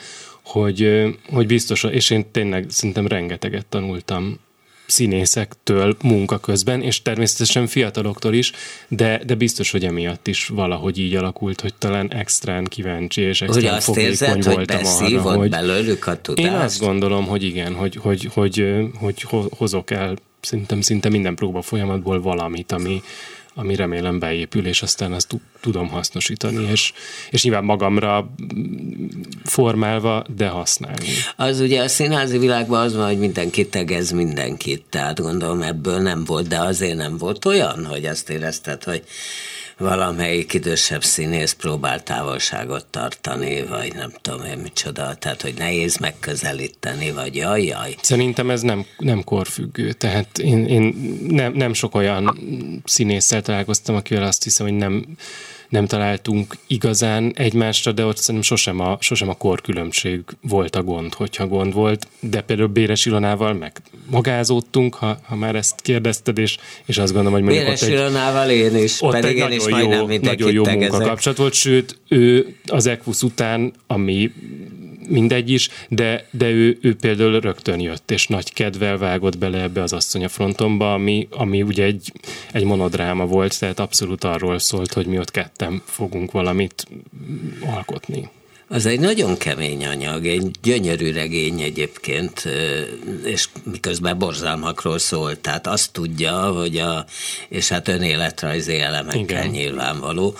hogy biztos, és én tényleg szerintem rengeteget tanultam színészektől munka közben, és természetesen fiataloktól is, de biztos, hogy emiatt is valahogy így alakult, hogy talán extrán kíváncsi és extrán fogékony voltam arra, hogy belőlük a tudást? Én azt gondolom, hogy igen, hogy hozok el szinte minden próba folyamatból valamit, ami remélem beépül, és aztán azt tudom hasznosítani, és nyilván magamra formálva, de használni. Az ugye a színházi világban az van, hogy mindenki tegez mindenkit, tehát gondolom ebből nem volt, de azért nem volt olyan, hogy azt érezted, hogy valamelyik idősebb színész próbál távolságot tartani, vagy nem tudom én micsoda, tehát hogy nehéz megközelíteni, vagy jaj. Szerintem ez nem korfüggő, tehát én nem sok olyan színésszel találkoztam, akivel azt hiszem, hogy nem találtunk igazán egymásra, de ott szerintem sosem a korkülönbség volt a gond, hogyha gond volt, de például Béres Ilonával meg magázódtunk, ha már ezt kérdezted, és azt gondolom, hogy mondjuk Béres Ilonával én is, ott pedig egy én is majdnem mindenkit nagyon jó tegezek. munkakapcsolat volt, sőt, ő az EQUUS után, ami mindegy is, de ő például rögtön jött, és nagy kedvel vágott bele ebbe az Asszony a frontomba, ami ugye egy monodráma volt, tehát abszolút arról szólt, hogy mi ott ketten fogunk valamit alkotni. Az egy nagyon kemény anyag, egy gyönyörű regény egyébként, és miközben borzalmakról szól, tehát azt tudja, és hát önéletrajzi elemekkel igen. Nyilvánvaló,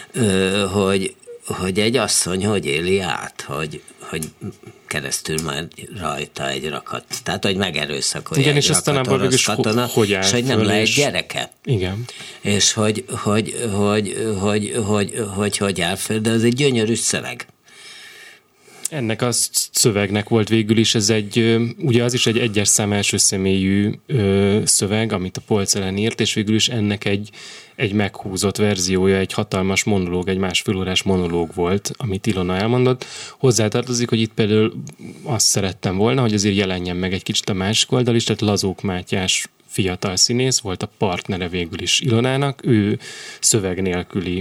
hogy egy asszony hogy éli át, hogy keresztül már rajta egy rakat. Tehát, hogy megerőszakolja igen, egy és aztán rakat orosz katona, és hogy nem lehet gyereke. Igen. És hogy áll föl, de ez egy gyönyörű szöveg. Ennek a szövegnek volt végül is, ugye az is egy egyes szám első személyű szöveg, amit a Polcelen írt, és végül is ennek egy meghúzott verziója, egy hatalmas monológ, egy másfél órás monológ volt, amit Ilona elmondott. Hozzátartozik, hogy itt például azt szerettem volna, hogy azért jelenjen meg egy kicsit a másik oldal is, tehát Lazók Mátyás fiatal színész volt a partnere végül is Ilonának, ő szöveg nélküli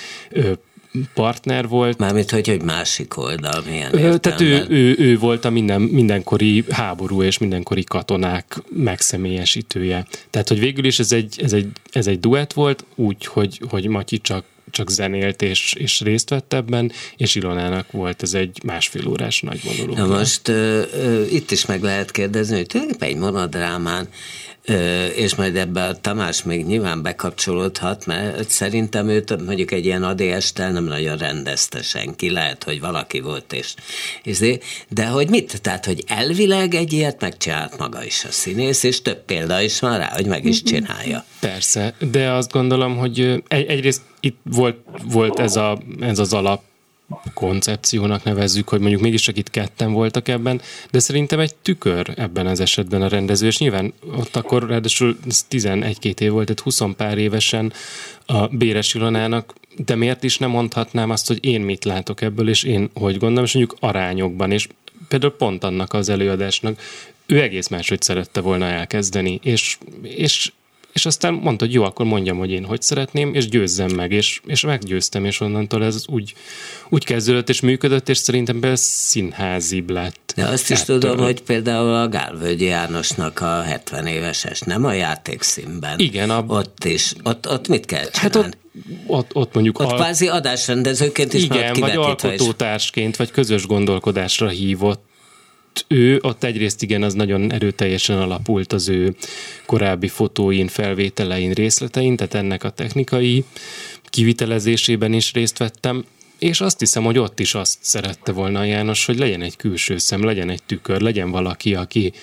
partner volt. Mármint, hogy másik oldal, milyen tehát ő volt a mindenkori háború és mindenkori katonák megszemélyesítője. Tehát, hogy végül is ez egy duett volt, úgy, hogy Matyi csak zenélt és részt vett ebben, és Ilonának volt ez egy másfél órás nagy monológ. Na most itt is meg lehet kérdezni, hogy tulajdonképpen egy monodrámán, és majd ebbe a Tamás még nyilván bekapcsolódhat, mert szerintem őt mondjuk egy ilyen ADS-tel nem nagyon rendezte senki, lehet, hogy valaki volt, de hogy mit? Tehát, hogy elvileg egy ilyet megcsinált maga is a színész, és több példa is van rá, hogy meg is csinálja. Persze, de azt gondolom, hogy egyrészt itt volt ez az alap koncepciónak nevezzük, hogy mondjuk mégiscsak itt ketten voltak ebben, de szerintem egy tükör ebben az esetben a rendező, és nyilván ott akkor ráadásul 11-2 év volt, tehát 20 pár évesen a Béres Ilonának, de miért is nem mondhatnám azt, hogy én mit látok ebből, és én hogy gondolom, és mondjuk arányokban, és például pont annak az előadásnak ő egész máshogy szerette volna elkezdeni, és aztán mondta, hogy jó, akkor mondjam, hogy én hogy szeretném, és győzzem meg, és meggyőztem, és onnantól ez úgy kezdődött, és működött, és szerintem például színházibb lett. De azt is tudom, hogy például a Gálvölgyi Jánosnak a 70 éveses, nem a Játékszínben. Igen. Ott mit kell csinálni? Hát ott mondjuk... Ott kvázi adásrendezőként is igen, vagy alkotótársként, vagy közös gondolkodásra hívott. Ő ott egyrészt igen, az nagyon erőteljesen alapult az ő korábbi fotóin, felvételein, részletein, tehát ennek a technikai kivitelezésében is részt vettem, és azt hiszem, hogy ott is azt szerette volna a János, hogy legyen egy külső szem, legyen egy tükör, legyen valaki,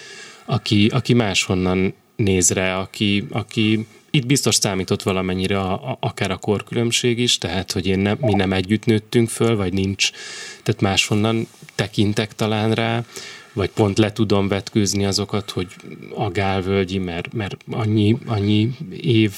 aki máshonnan néz rá, aki itt biztos számított valamennyire akár a korkülönbség is, tehát, hogy mi nem együtt nőttünk föl, vagy nincs, tehát máshonnan tekintek talán rá, vagy pont le tudom vetkőzni azokat, hogy a Gálvölgyi, mert annyi év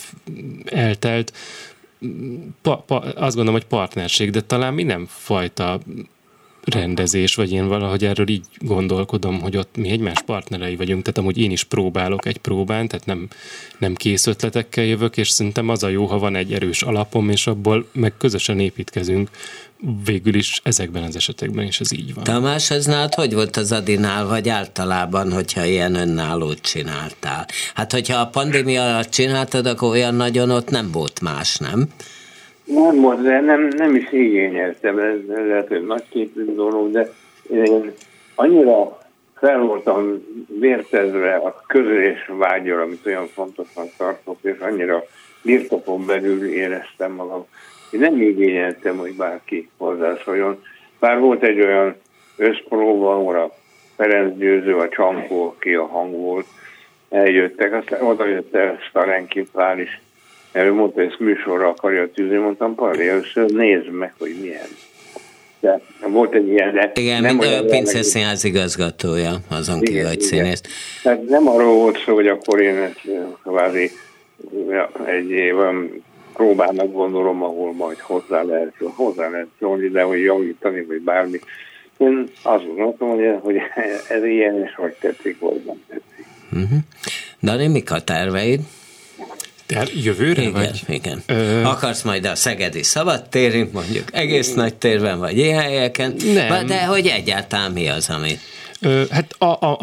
eltelt. Azt gondolom, hogy partnerség, de talán mindenfajta rendezés, vagy én valahogy erről így gondolkodom, hogy ott mi egymás partnerei vagyunk, tehát amúgy én is próbálok egy próbán, tehát nem kész ötletekkel jövök, és szerintem az a jó, ha van egy erős alapom, és abból meg közösen építkezünk. Végül is ezekben az esetekben is ez így van. Tamás, ez nálad hogy volt az Adinál, vagy általában, hogyha ilyen önállót csináltál? Hát, hogyha a pandémia alatt csináltad, akkor olyan nagyon ott nem volt más, nem? Nem volt, de nem is igényeltem, ez lehet, hogy nagyképű dolog, de én annyira fel voltam vértezve a közölés vágyra, amit olyan fontosnak tartok, és annyira birtokon belül éreztem magam. Én nem igényeltem, hogy bárki hozzászóljon. Bár volt egy olyan összpróba, ahol a Ferenc Győző, a Csankó, aki a hang volt, eljöttek, aztán oda jött el Starenki Pál is. Erről mondta, hogy ezt műsorra akarja tűzni, mondtam, Pali, először nézd meg, hogy milyen. De volt egy ilyen... Igen, minden a Pince Színház igazgatója, azon kívül, hogy színész. Tehát nem arról volt szó, hogy akkor én ezt kvázi egy éven próbálnak gondolom, ahol majd hozzá lehet szólni, de hogy javítani, vagy bármi. Én azt gondoltam, hogy ez ilyen, és hogy tetszik, vagy nem tetszik. Dani, mik a terveid? Jövőre? Igen, vagy? igen. Akarsz majd a szegedi szabadtéren, mondjuk egész nagy térben, vagy ilyen helyeken? Nem. De hogy egyáltalán mi az, amit... Hát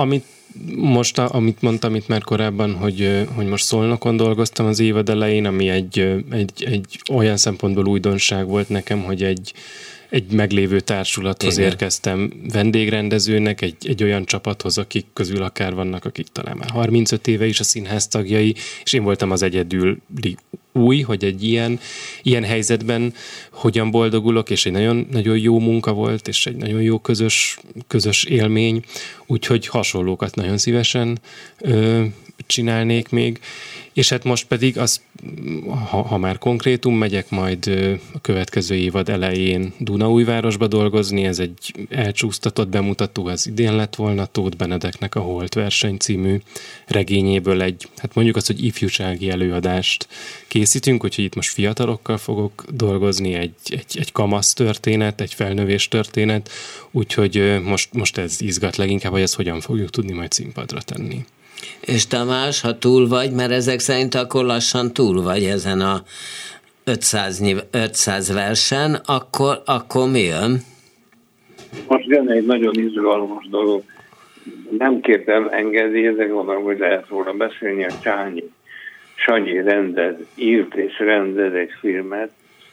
amit mondtam itt már korábban, hogy most Szolnokon dolgoztam az évad elején, ami egy olyan szempontból újdonság volt nekem, hogy egy meglévő társulathoz érkeztem vendégrendezőnek, egy olyan csapathoz, akik közül akár vannak, akik talán már 35 éve is a színház tagjai, és én voltam az egyedüli új, hogy egy ilyen helyzetben hogyan boldogulok, és egy nagyon, nagyon jó munka volt, és egy nagyon jó közös élmény, úgyhogy hasonlókat nagyon szívesen csinálnék még, és hát most pedig ha már konkrétum, megyek majd a következő évad elején Dunaújvárosba dolgozni, ez egy elcsúsztatott bemutató, az idén lett volna, Tóth Benedeknek a Holt verseny című regényéből hát mondjuk azt, hogy ifjúsági előadást készítünk, úgyhogy itt most fiatalokkal fogok dolgozni, egy kamasz történet, egy felnövés történet, úgyhogy most ez izgat leginkább, hogy ezt hogyan fogjuk tudni majd színpadra tenni. És Tamás, ha túl vagy, mert ezek szerint akkor lassan túl vagy ezen a 500 versen, akkor mi jön? Most jön egy nagyon izgalmas dolog. Nem kértem engedélyt, de gondolom, hogy lehet róla beszélni. A Sanyi írt és rendez egy filmet,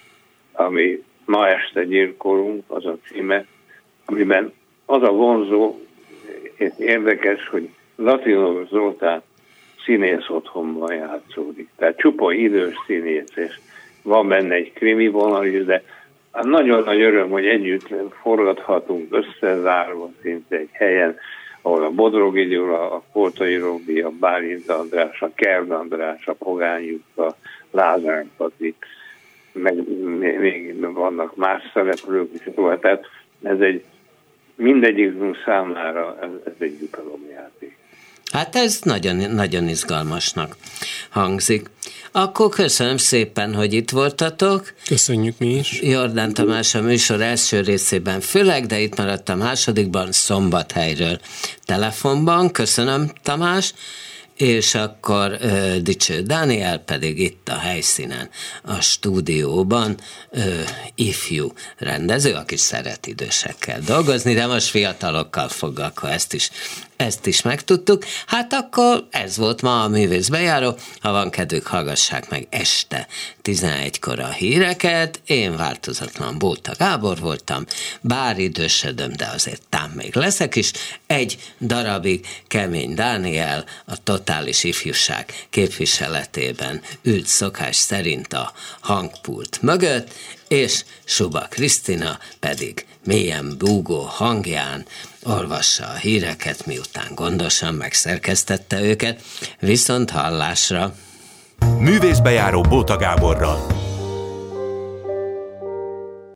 ami ma este gyilkolunk, az a címe, amiben az a vonzó és érdekes, hogy Latinov Zoltán színész otthonban játszódik. Tehát csupa idős színész, és van benne egy krimi vonal is, de nagyon nagy öröm, hogy együtt forgathatunk összezárva szinte egy helyen, ahol a Bodrogi Gyula, a Koltai Robi, a Bálint András, a Kerd András, a Pogány Jutta, a Lázár Pati, meg még vannak más szereplők is. Tehát ez mindegyikünk számára ez egy jutalomjáték. Hát ez nagyon, nagyon izgalmasnak hangzik. Akkor köszönöm szépen, hogy itt voltatok. Köszönjük mi is. Jordán Tamás a műsor első részében főleg, de itt maradt a másodikban Szombathelyről telefonban. Köszönöm, Tamás. És akkor Dicső Dániel pedig itt a helyszínen, a stúdióban ifjú rendező, aki szeret idősekkel dolgozni, de most fiatalokkal foglalkozó, ezt is megtudtuk. Hát akkor ez volt ma a Művészbejáró. Ha van kedvük, hallgassák meg este 11-kor a híreket. Én változatlan Bóta Gábor voltam, bár idősödöm, de azért tám még leszek is. Egy darabig Kemény Dániel a totális ifjúság képviseletében ült szokás szerint a hangpult mögött, és Suba Krisztina pedig mélyen búgó hangján olvassa a híreket, miután gondosan megszerkesztette őket. Viszont hallásra! Művészbejáró Bóta Gáborral.